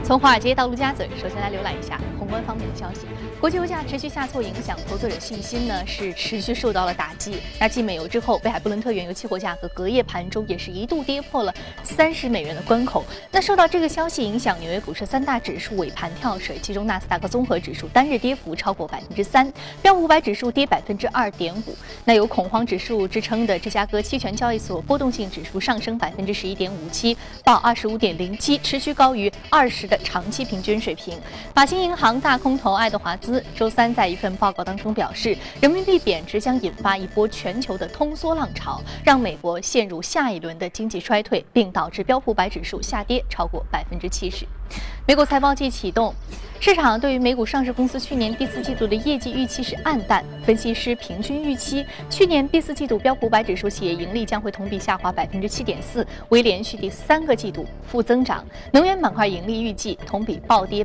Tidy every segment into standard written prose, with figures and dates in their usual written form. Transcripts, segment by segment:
从华尔街到陆家嘴，首先来浏览一下宏观方面的消息。国际油价持续下挫，影响投资者信心呢是持续受到了打击。那继美油之后，北海布伦特原油期货价格隔夜盘中也是一度跌破了$30的关口。那受到这个消息影响，纽约股市3大指数尾盘跳水，其中纳斯达克综合指数单日跌幅超过3%，标普500指数跌2.5%。那有恐慌指数支撑的芝加哥期权交易所波动性指数上升11.57%，报25.07，持续高于20的长期平均水平。法兴银行大空头爱德华兹周三在一份报告当中表示，人民币贬值将引发一波全球的通缩浪潮，让美国陷入下一轮的经济衰退，并导致标普500指数下跌超过70%。美股财报季启动，市场对于美股上市公司去年第4季度的业绩预期是暗淡。分析师平均预期，去年第4季度标普500指数企业盈利将会同比下滑7.4%，为连续第3个季度负增长。能源板块盈利预计同比暴跌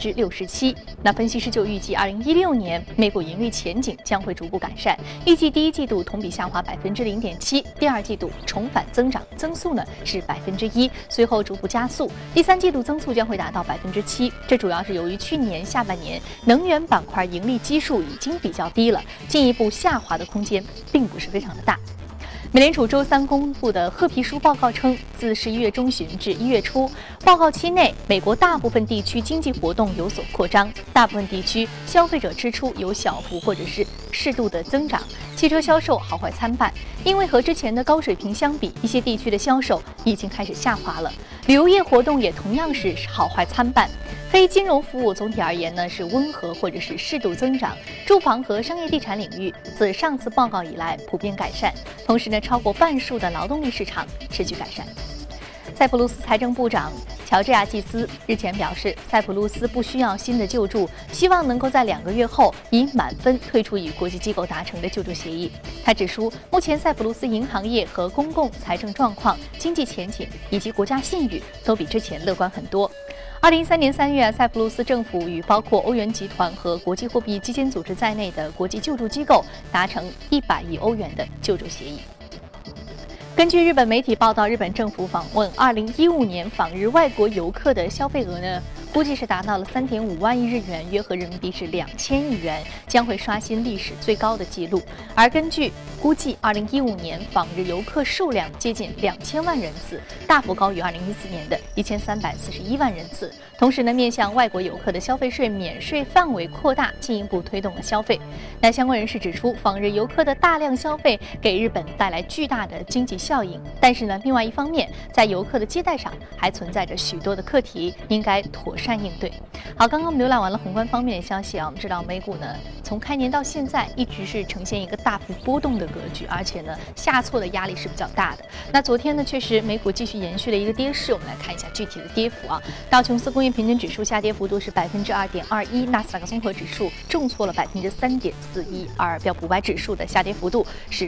67%。那分析师就预计2016年美股盈利前景将会逐步改善，预计第1季度同比下滑0.7%，第2季度重返增长，增速呢是1%，随后逐步加速，第3季度增速将会达到7%。这主要是由于去年下半年能源板块盈利基数已经比较低了，进一步下滑的空间并不是非常的大。美联储周三公布的褐皮书报告称，自11月中旬至1月初，报告期内，美国大部分地区经济活动有所扩张，大部分地区消费者支出有小幅或者是适度的增长，汽车销售好坏参半。因为和之前的高水平相比，一些地区的销售已经开始下滑了。旅游业活动也同样是好坏参半。非金融服务总体而言呢是温和或者是适度增长，住房和商业地产领域自上次报告以来普遍改善，同时呢超过半数的劳动力市场持续改善。塞浦路斯财政部长乔治亚季斯日前表示，塞浦路斯不需要新的救助，希望能够在2个月后以满分退出与国际机构达成的救助协议。他指出，目前塞浦路斯银行业和公共财政状况、经济前景以及国家信誉都比之前乐观很多。2013年3月，塞浦路斯政府与包括欧元集团和国际货币基金组织在内的国际救助机构达成100亿欧元的救助协议。根据日本媒体报道，日本政府访问2015年访日外国游客的消费额呢，估计是达到了3.5万亿日元，约合人民币是2000亿元，将会刷新历史最高的纪录。而根据估计，2015年访日游客数量接近2000万人次，大幅高于2014年的1341万人次。同时呢，面向外国游客的消费税免税范围扩大，进一步推动了消费。那相关人士指出，访日游客的大量消费给日本带来巨大的经济效应，但是呢，另外一方面，在游客的接待上还存在着许多的课题，应该妥善应对。好，刚刚我们浏览完了宏观方面的消息啊，我们知道美股呢从开年到现在一直是呈现一个大幅波动的格局，而且呢下挫的压力是比较大的。那昨天呢确实美股继续延续了一个跌势，我们来看一下具体的跌幅啊。道琼斯工业平均指数下跌幅度是2.21%，纳斯达克综合指数重挫了3.41%，而标普500指数的下跌幅度是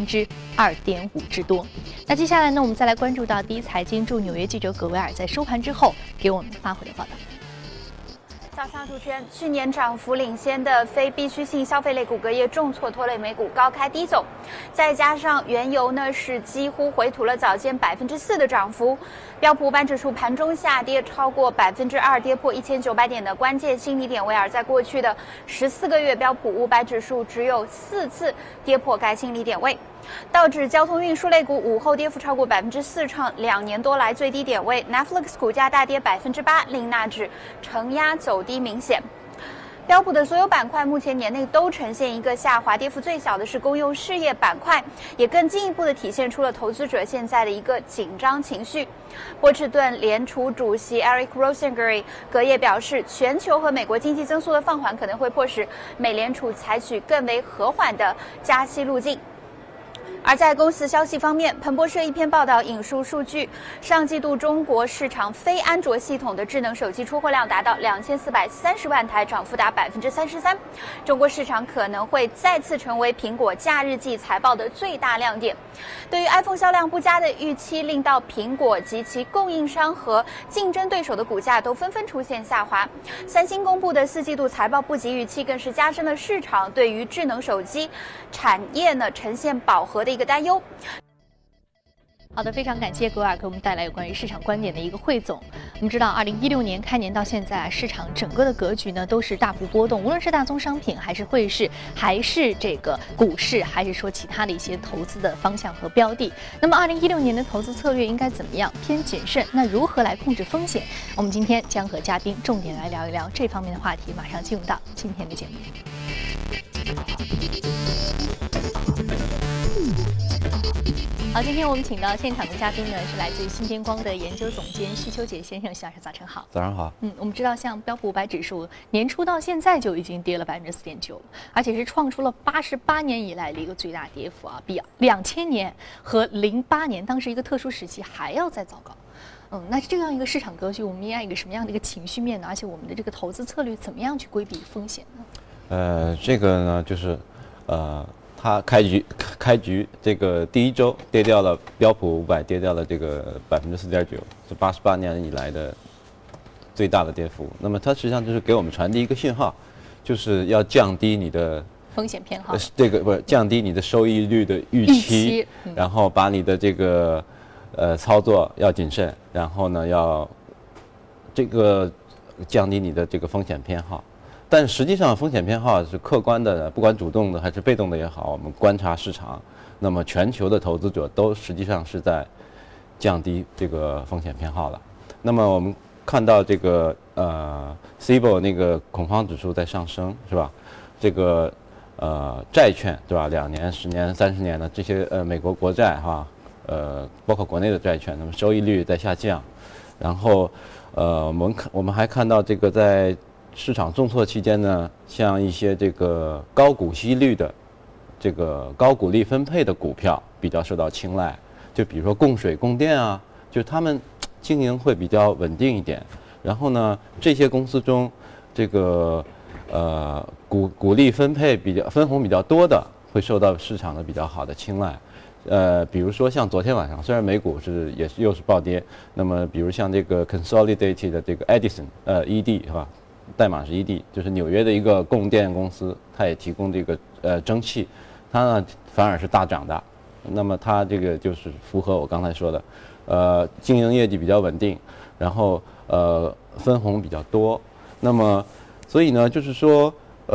2.5%之多。那接下来呢，我们再来关注到第一财经驻纽约记者葛维尔在收盘之后给我们发回的报道。 早上主持人，去年涨幅领先的非必需性消费类股隔夜重挫，拖累美股高开低走。再加上原油呢是几乎回吐了早间4%的涨幅，标普500指数盘中下跌超过2%，跌破1900点的关键心理点位。而在过去的14个月，标普500指数只有4次跌破该心理点位。道指交通运输类股午后跌幅超过4%，创2年多来最低点位。Netflix 股价大跌8%，令纳指承压走低明显。标普的所有板块目前年内都呈现一个下滑，跌幅最小的是公用事业板块，也更进一步的体现出了投资者现在的一个紧张情绪。波士顿联储主席 Eric Rosengren 隔夜表示，全球和美国经济增速的放缓可能会迫使美联储采取更为和缓的加息路径。而在公司消息方面，彭博社一篇报道引述数据，上季度中国市场非安卓系统的智能手机出货量达到2430万台，涨幅达33%。中国市场可能会再次成为苹果假日季财报的最大亮点。对于 iPhone 销量不佳的预期，令到苹果及其供应商和竞争对手的股价都纷纷出现下滑。三星公布的4季度财报不及预期，更是加深了市场对于智能手机产业呢呈现饱和的一个担忧。 好的，非常感谢格尔给我们带来有关于市场观点的一个汇总。我们知道，2016年开年到现在，市场整个的格局呢都是大幅波动，无论是大宗商品，还是汇市，还是这个股市，还是说其他的一些投资的方向和标的。那么，2016年的投资策略应该怎么样？偏谨慎，那如何来控制风险？我们今天将和嘉宾重点来聊一聊这方面的话题。马上进入到今天的节目。好，今天我们请到现场的嘉宾呢，是来自于新天光的研究总监徐秋杰先生。徐老师，早晨好。 早上好。 我们知道，像标普500指数年初到现在就已经跌了4.9%了，而且是创出了88年以来的一个最大跌幅啊，比2000年和08年当时一个特殊时期还要再糟糕。那这样一个市场格局，我们应该一个什么样的一个情绪面呢？而且我们的这个投资策略怎么样去规避风险呢？ 这个呢，就是它开局这个第一周跌掉了，标普500跌掉了这个4.9%，是88年以来的最大的跌幅。那么它实际上就是给我们传递一个信号，就是要降低你的风险偏好， 这个不是降低你的收益率的预期，然后把你的这个操作要谨慎，然后呢要这个降低你的这个风险偏好。但实际上，风险偏好是客观的，不管主动的还是被动的也好，我们观察市场，那么全球的投资者都实际上是在降低这个风险偏好了。那么我们看到这个CBO 那个恐慌指数在上升，是吧？这个债券对吧？2年、10年、30年的这些美国国债哈，包括国内的债券，那么收益率在下降。然后我们还看到这个在市场重挫期间呢，像一些这个高股息率的、这个高股利分配的股票比较受到青睐，就比如说供水、供电啊，就是他们经营会比较稳定一点。然后呢，这些公司中，这个股利分配分红比较多的，会受到市场的比较好的青睐。比如说像昨天晚上，虽然美股又是暴跌，那么比如像这个 Consolidated 的这个 Edison，ED 是吧？代码是 ED， 就是纽约的一个供电公司，它也提供这个蒸汽，它呢反而是大涨的。那么它这个就是符合我刚才说的，经营业绩比较稳定，然后分红比较多。那么所以呢，就是说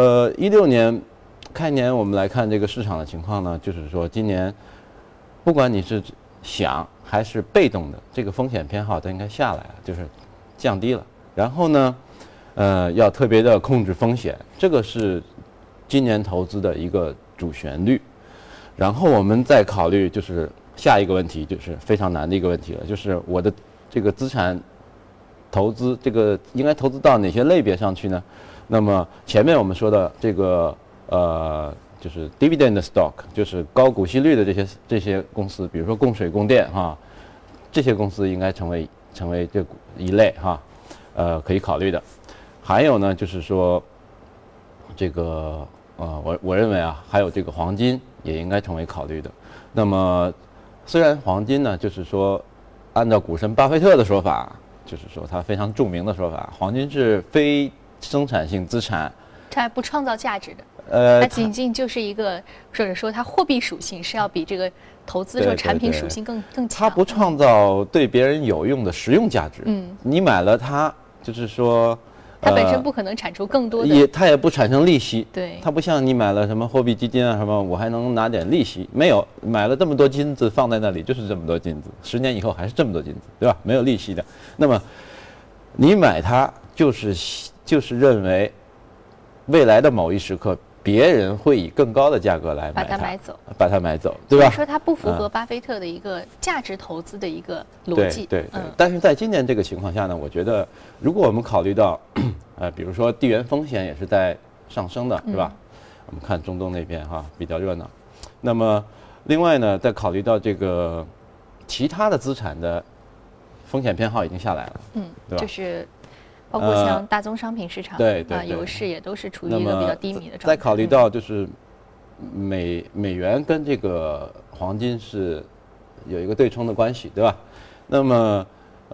16年开年我们来看这个市场的情况呢，就是说今年不管你是想还是被动的，这个风险偏好都应该下来了，就是降低了。然后呢，要特别的控制风险，这个是今年投资的一个主旋律。然后我们再考虑就是下一个问题，就是非常难的一个问题了，就是我的这个资产投资，这个应该投资到哪些类别上去呢？那么前面我们说的这个就是 dividend stock， 就是高股息率的这些公司，比如说供水、供电哈，这些公司应该成为这一类哈，可以考虑的。还有呢，就是说，这个我认为啊，还有这个黄金也应该成为考虑的。那么，虽然黄金呢，就是说，按照股神巴菲特的说法，就是说他非常著名的说法，黄金是非生产性资产， 它不创造价值的。它仅仅就是一个，或者说它货币属性是要比这个投资者产品属性更强。 它不创造对别人有用的实用价值。你买了它，就是说。 它本身不可能产出更多的， 它也不产生利息。 对， 它不像你买了什么货币基金啊什么，我还能拿点利息。没有，买了这么多金子放在那里，就是这么多金子，10年以后还是这么多金子，对吧？没有利息的。那么你买它就是认为未来的某一时刻，别人会以更高的价格来把它买走，对吧？ 所以说它不符合巴菲特的一个价值投资的一个逻辑。 对。但是在今年这个情况下呢，我觉得如果我们考虑到，比如说地缘风险也是在上升的，是吧？我们看中东那边哈比较热闹。那么另外呢，再考虑到这个其他的资产的风险偏好已经下来了，对吧？ 就是包括像大宗商品市场，油市也都是处于一个比较低迷的状态。 再考虑到就是美元跟这个黄金是有一个对冲的关系，对吧？那么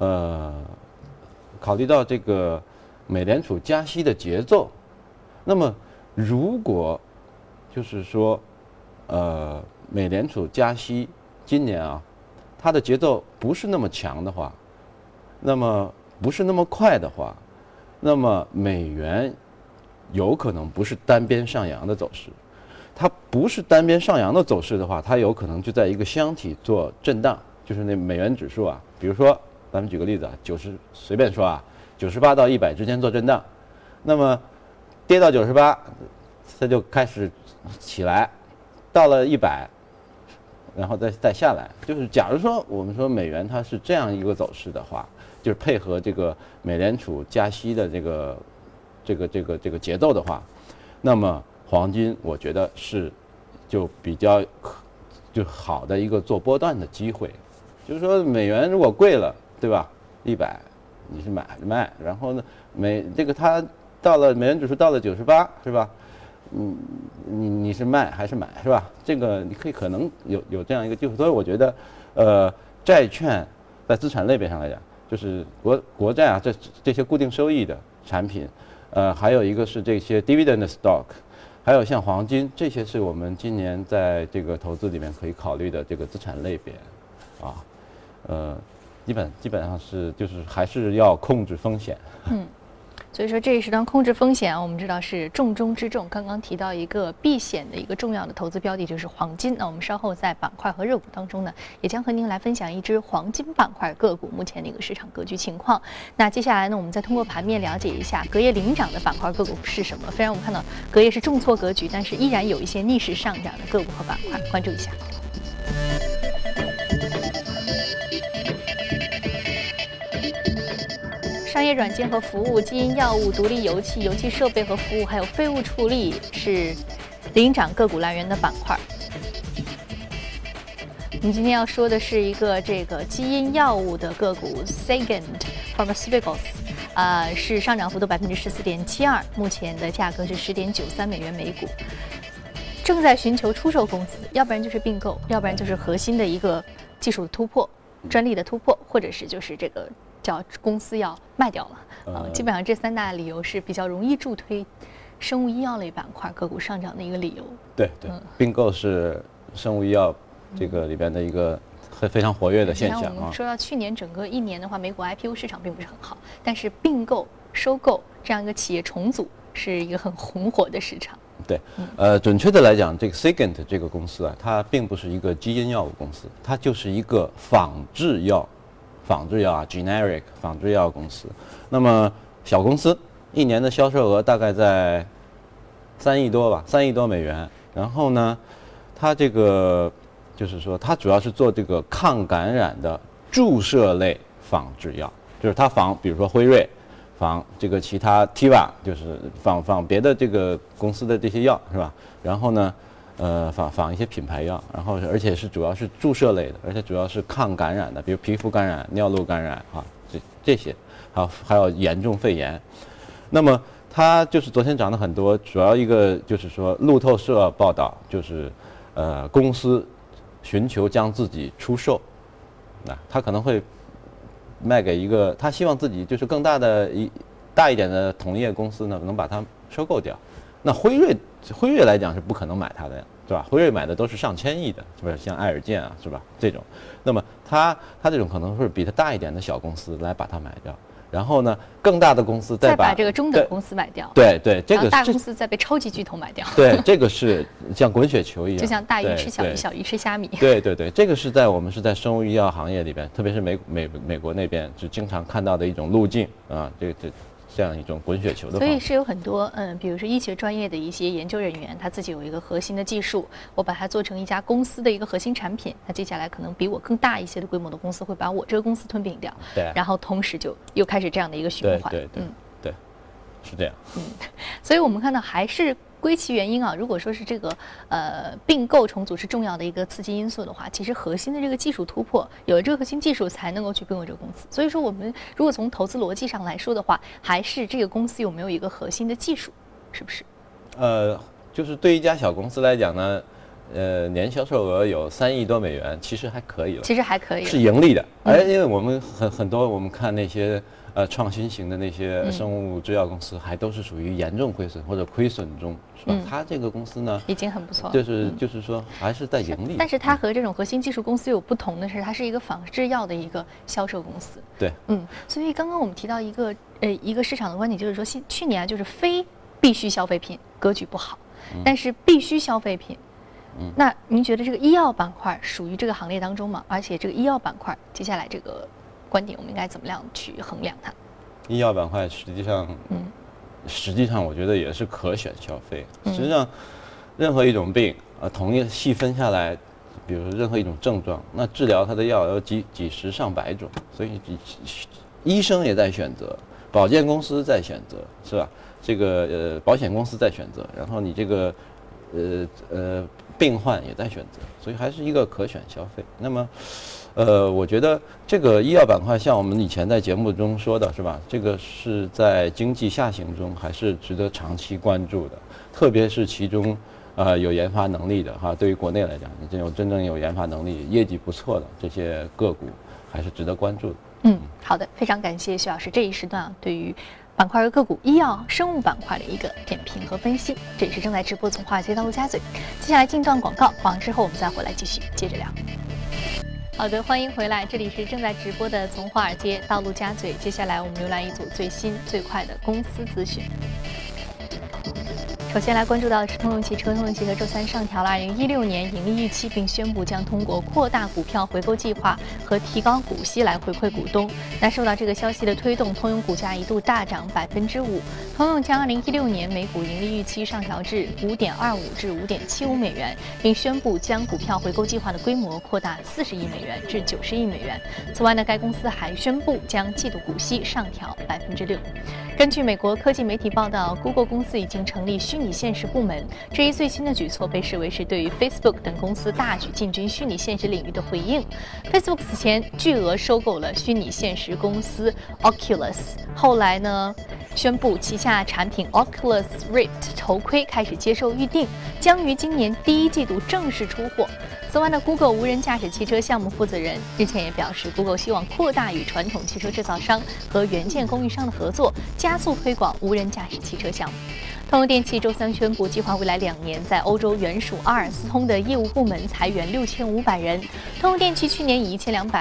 考虑到这个美联储加息的节奏，那么如果就是说美联储加息今年啊它的节奏不是那么强的话，那么不是那么快的话，那么美元有可能不是单边上扬的走势。它不是单边上扬的走势的话，它有可能就在一个箱体做震荡，就是那美元指数啊，比如说咱们举个例子啊，90随便说啊，98到100之间做震荡，那么跌到98，它就开始起来，到了100，然后再下来。就是假如说我们说美元它是这样一个走势的话，就是配合这个美联储加息的这个节奏的话，那么黄金我觉得是就比较就好的一个做波段的机会。就是说美元如果贵了，对吧？100，你是买还是卖？然后呢，它到了美元指数到了98，是吧？你是卖还是买，是吧？这个你可能有这样一个机会。所以我觉得，债券在资产类别上来讲，就是国债啊，这些固定收益的产品，还有一个是这些 dividend stock。还有像黄金，这些是我们今年在这个投资里面可以考虑的这个资产类别，基本上是就是还是要控制风险。 所以说这一时段控制风险，我们知道是重中之重。刚刚提到一个避险的一个重要的投资标的就是黄金。那我们稍后在板块和热股当中呢，也将和您来分享一只黄金板块个股目前的一个市场格局情况。那接下来呢，我们再通过盘面了解一下隔夜领涨的板块个股是什么。虽然我们看到隔夜是重挫格局，但是依然有一些逆势上涨的个股和板块，关注一下。商业软件和服务、基因药物、独立油气、油气设备和服务，还有废物处理是领涨个股来源的板块。我们今天要说的是一个这个基因药物的个股 Seagen Pharmaceuticals，是上涨幅度14.72%，目前的价格是10.93美元每股。正在寻求出售公司，要不然就是并购，要不然就是核心的一个技术突破、专利的突破，或者是就是这个叫公司要卖掉了。基本上这3大理由是比较容易助推生物医药类板块个股上涨的一个理由。 对，并购是生物医药这个里边的一个非常活跃的现象啊。 我们说到去年整个1年的话，美股 IPO 市场并不是很好，但是并购、收购这样一个企业重组是一个很红火的市场。 对，准确的来讲，这个 Seagen 这个公司啊，它并不是一个基因药物公司，它就是一个仿制药啊 ，generic 仿制药公司。那么小公司1年的销售额大概在3亿多吧，3亿多美元。然后呢，它这个就是说，它主要是做这个抗感染的注射类仿制药，就是它仿，比如说辉瑞。仿这个其他 Teva 就是仿别的这个公司的这些药是吧？然后呢，仿一些品牌药，然后而且是主要是注射类的，而且主要是抗感染的，比如皮肤感染、尿路感染啊，这些，还有严重肺炎。那么它就是昨天涨得很多，主要一个就是说路透社报道就是公司寻求将自己出售，它可能会卖给一个，他希望自己就是更大一点的同业公司呢，能把它收购掉。那辉瑞来讲是不可能买它的，是吧？辉瑞买的都是上千亿的，是不是？像爱尔健啊，是吧？这种，那么他这种可能是比它大一点的小公司来把它买掉。然后呢，更大的公司再把这个中等公司买掉。 对，这个大公司再被超级巨头买掉。 对，这个是像滚雪球一样， 就像大鱼吃小鱼，小鱼吃虾米。 对，这个是我们是在生物医药行业里边，特别是美国那边是经常看到的一种路径啊，这样一种滚雪球的方式。 所以是有很多比如说医学专业的一些研究人员，他自己有一个核心的技术，我把它做成一家公司的一个核心产品，那接下来可能比我更大一些的规模的公司会把我这个公司吞并掉， 对， 然后同时就又开始这样的一个循环。 对，是这样。 所以我们看到还是归其原因啊。如果说是这个并购重组是重要的一个刺激因素的话，其实核心的这个技术突破，有了这个核心技术才能够去并购这个公司。所以说我们如果从投资逻辑上来说的话，还是这个公司有没有一个核心的技术，是不是？ 就是对一家小公司来讲呢， 年销售额有3亿多美元，其实还可以了， 其实还可以， 是盈利的。而因为我们很多我们看那些创新型的那些生物制药公司，还都是属于严重亏损或者亏损中，是吧？它这个公司呢， 已经很不错， 就是说还是在盈利。 但是它和这种核心技术公司有不同的是，它是一个仿制药的一个销售公司。 对， 所以刚刚我们提到一个市场的观点，就是说去年就是非必需消费品格局不好，但是必需消费品。那您觉得这个医药板块属于这个行列当中吗？而且这个医药板块接下来这个观点，我们应该怎么样去衡量它？ 医药板块实际上我觉得也是可选消费。实际上，任何一种病同一细分下来，比如说任何一种症状，那治疗它的药有几十上百种，所以医生也在选择，保健公司在选择，是吧？这个保险公司在选择，然后你这个病患也在选择，所以还是一个可选消费。那么，我觉得这个医药板块，像我们以前在节目中说的是吧？这个是在经济下行中还是值得长期关注的，特别是其中有研发能力的哈，对于国内来讲，真正有研发能力、业绩不错的这些个股，还是值得关注的。 好的，非常感谢徐老师这一时段对于板块和个股、医药、生物板块的一个点评和分析。这里是正在直播从华尔街到陆家嘴，接下来进段广告，广告之后我们再回来继续接着聊。好的，欢迎回来，这里是正在直播的从华尔街到陆家嘴，接下来我们浏览一组最新最快的公司资讯。首先来关注到的是通用汽车，通用汽车周三上调了2016年盈利预期，并宣布将通过扩大股票回购计划和提高股息来回馈股东。那受到这个消息的推动，通用股价一度大涨5%。通用将2016年每股盈利预期上调至5.25至5.75美元，并宣布将股票回购计划的规模扩大40亿美元至90亿美元。此外呢，该公司还宣布将季度股息上调6%。根据美国科技媒体报道 ，Google 公司已经成立虚拟现实部门。这一最新的举措被视为是对于 Facebook 等公司大举进军虚拟现实领域的回应。Facebook 此前巨额收购了虚拟现实公司 Oculus， 后来呢，宣布旗下产品 Oculus Rift 头盔开始接受预定，将于今年第一季度正式出货。此外呢 ，Google 无人驾驶汽车项目负责人日前也表示 ，Google 希望扩大与传统汽车制造商和元件供应商的合作，加速推广无人驾驶汽车项目。通用电气周三宣布，计划未来2年在欧洲原属阿尔斯通的业务部门裁员6500人。通用电气去年以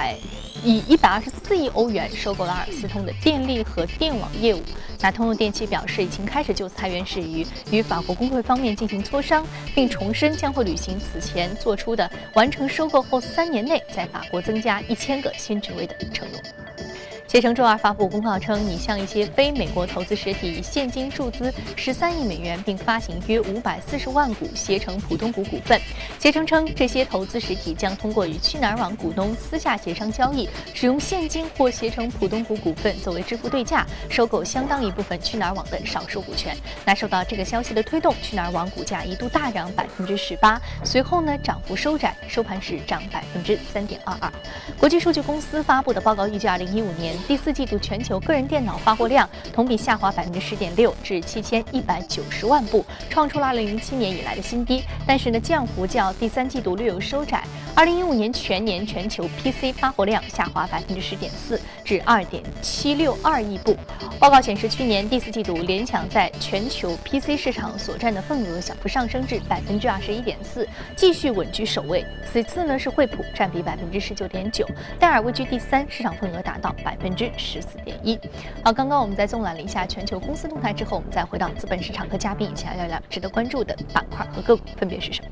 124亿欧元收购了阿尔斯通的电力和电网业务。那通用电气表示，已经开始就裁员事宜与法国工会方面进行磋商，并重申将会履行此前做出的完成收购后3年内在法国增加1000个新职位的承诺。携程周二发布公告称，拟向一些非美国投资实体以现金注资13亿美元，并发行约540万股携程普通股股份。携程称，这些投资实体将通过与去哪儿网股东私下协商交易，使用现金或携程普通股股份作为支付对价，收购相当一部分去哪儿网的少数股权。那受到这个消息的推动，去哪儿网股价一度大涨18%，随后呢涨幅收窄，收盘时涨3.22%。国际数据公司发布的报告预计，2015年第4季度全球个人电脑发货量同比下滑10.6%至7190万部，创出了2007年以来的新低。但是呢，降幅较第3季度略有收窄。2015年全年全球 PC 发货量下滑10.4%至2.762亿部。报告显示，去年第4季度联想在全球 PC 市场所占的份额小幅上升至21.4%，继续稳居首位。此次呢是惠普占比19.9%，戴尔位居第3，市场份额达到14.1%。好，刚刚我们在纵览了一下全球公司动态之后，我们再回到资本市场，和嘉宾一起来聊聊值得关注的板块和个股分别是什么。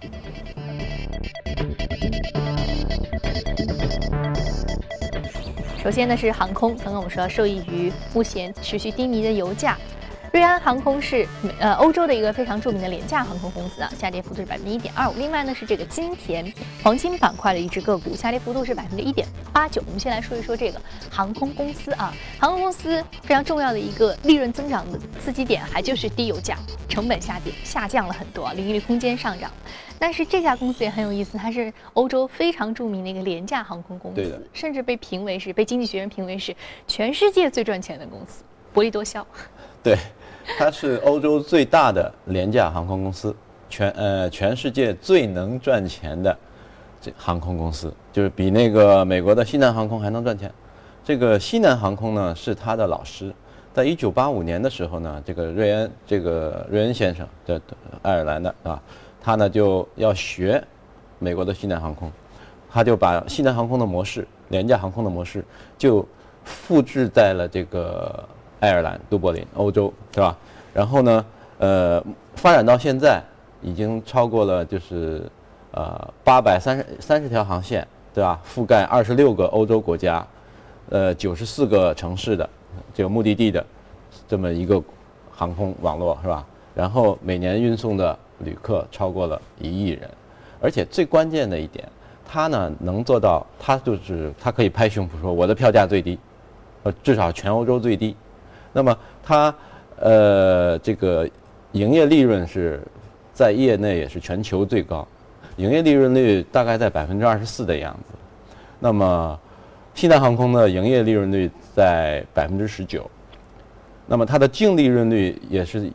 首先呢是航空，刚刚我们说到受益于目前持续低迷的油价。瑞安航空是欧洲的一个非常著名的廉价航空公司啊，下跌幅度是1.25%。另外呢是这个金田黄金板块的一只个股，下跌幅度是1.89%。我们先来说一说这个航空公司啊，航空公司非常重要的一个利润增长的刺激点，还就是低油价，成本下降了很多，利率空间上涨。但是这家公司也很有意思，它是欧洲非常著名的一个廉价航空公司，甚至被经济学人评为是全世界最赚钱的公司，薄利多销。 对，它是欧洲最大的廉价航空公司全世界最能赚钱的这航空公司，就是比那个美国的西南航空还能赚钱。这个西南航空呢是他的老师，在1985年的时候呢，这个瑞恩先生，这爱尔兰的啊，他呢就要学美国的西南航空，他就把西南航空的模式，廉价航空的模式，就复制在了这个爱尔兰、都柏林、欧洲，是吧？然后呢，发展到现在已经超过了就是830条航线，对吧？覆盖26个欧洲国家，94个城市的这个目的地的这么一个航空网络，是吧？然后每年运送的旅客超过了1亿人，而且最关键的一点，它呢能做到，它可以拍胸脯说我的票价最低，至少全欧洲最低。那么它这个营业利润是在业内也是全球最高，营业利润率大概在24%的样子。那么西南航空的营业利润率在19%，那么它的净利润率也是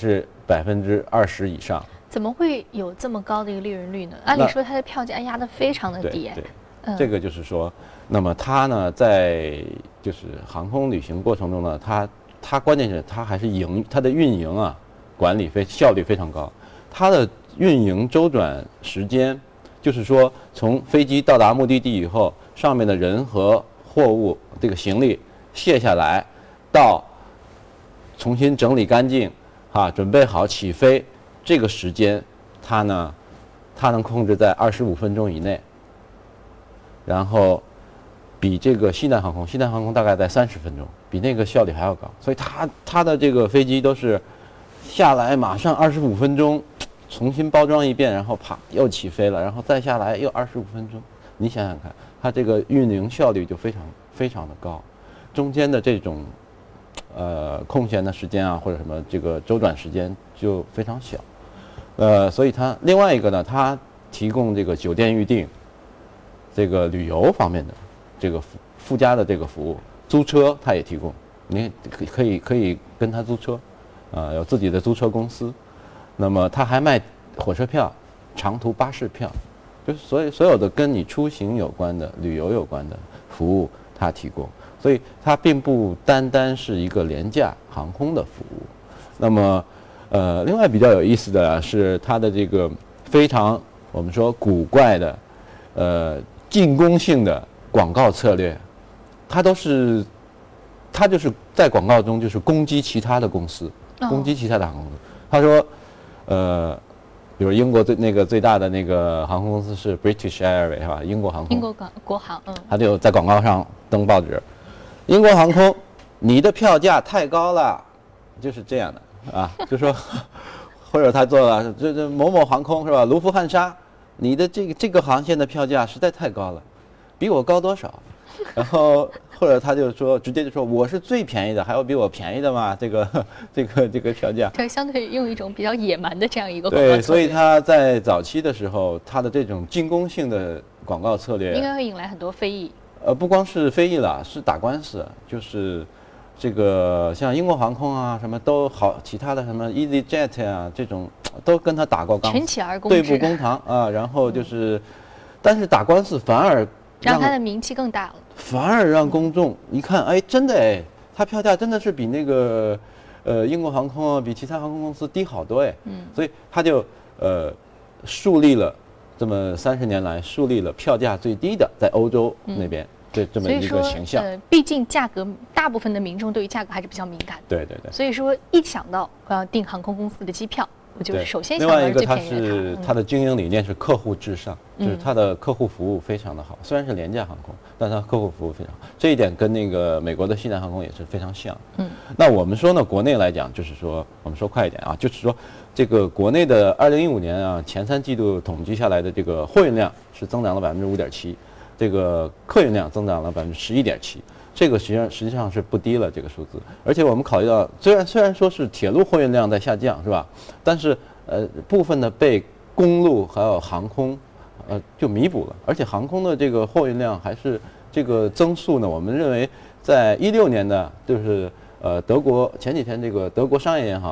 20%以上。 怎么会有这么高的一个利润率呢？按理说它的票价压得非常的低。 对，这个就是说，那么它呢在就是航空旅行过程中呢，它关键是它还是它的运营啊管理效率非常高，它的运营周转时间，就是说从飞机到达目的地以后，上面的人和货物这个行李卸下来，到重新整理干净准备好起飞，这个时间它能控制在25分钟以内，然后比这个西南航空大概在30分钟，比那个效率还要高。所以它的这个飞机都是下来马上25分钟重新包装一遍，然后啪又起飞了，然后再下来又25分钟。你想想看，它这个运营效率就非常非常的高，中间的这种空闲的时间啊或者什么这个周转时间就非常小。所以它另外一个呢，它提供这个酒店预订，这个旅游方面的这个附加的这个服务，租车它也提供，你可以跟他租车，有自己的租车公司。那么它还卖火车票、长途巴士票，就是所有的跟你出行有关的、旅游有关的服务它提供。所以它并不单单是一个廉价航空的服务。那么另外比较有意思的是它的这个非常我们说古怪的进攻性的广告策略，它就是在广告中就是攻击其他的公司，攻击其他的航空公司。他说比如英国最大的那个航空公司是 British Airways 是吧？英国航空， 英国国航， 他就在广告上登报纸，英国航空，你的票价太高了，就是这样的啊，就说，或者他做了这某某航空是吧？卢浮汉莎，你的这个航线的票价实在太高了，比我高多少？然后或者他就说直接就说我是最便宜的，还有比我便宜的吗？这个票价。 对，相对用一种比较野蛮的这样一个广告策略。 对，所以他在早期的时候，他的这种进攻性的广告策略应该会引来很多非议。 不光是非议了，是打官司，就是这个像英国航空啊，什么都好，其他的什么 EasyJet 啊，这种都跟他打过官司， 群起而攻之， 对簿公堂啊。然后就是，但是打官司反而让他的名气更大了， 反而让公众一看，哎，真的哎，他票价真的是比那个英国航空啊，比其他航空公司低好多哎。所以他就树立了这么30年来树立了票价最低的在欧洲那边。这么一个形象， 毕竟价格，大部分的民众对于价格还是比较敏感的。 对。 所以说，一想到我要订航空公司的机票，我就是首先想到的最便宜的。另外一个， 它的经营理念是客户至上，就是它的客户服务非常的好。虽然是廉价航空，但它客户服务非常好，这一点跟那个美国的西南航空也是非常像。那我们说呢，国内来讲，就是说，我们说快一点啊，就是说，这个国内的2015年啊前3季度统计下来的这个货运量是增长了5.7%。这个客运量增长了11.7%，这个实际上是不低了这个数字。而且我们考虑到，虽然说是铁路货运量在下降，是吧？但是部分的被公路还有航空就弥补了。而且航空的这个货运量还是这个增速呢，我们认为在16年的，就是德国前几天这个德国商业银行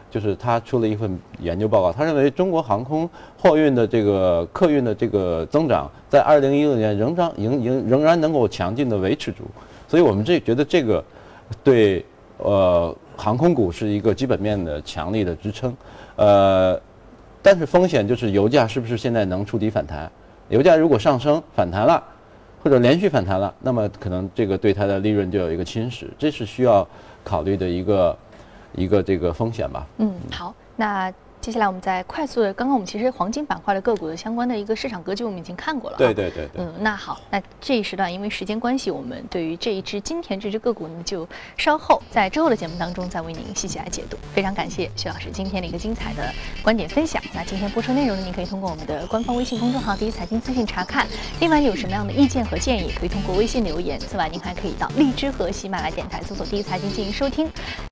就是他出了一份研究报告，他认为中国航空货运的这个客运的这个增长，在2016年仍然能够强劲的维持住，所以我们觉得这个对航空股是一个基本面的强力的支撑，但是风险就是油价是不是现在能触底反弹？油价如果上升反弹了，或者连续反弹了，那么可能这个对它的利润就有一个侵蚀，这是需要考虑的一个这个风险吧。 好，那接下来我们再快速的，刚刚我们其实黄金板块的个股的相关的一个市场格局我们已经看过了。 对。 那好，那这一时段因为时间关系，我们对于这一只今天这只个股呢，就稍后在之后的节目当中再为您细细来解读。非常感谢徐老师今天的一个精彩的观点分享。那今天播出内容呢，您可以通过我们的官方微信公众号第一财经资讯查看。另外，你有什么样的意见和建议，可以通过微信留言。此外，您还可以到荔枝和喜马拉雅电台搜索第一财经进行收听。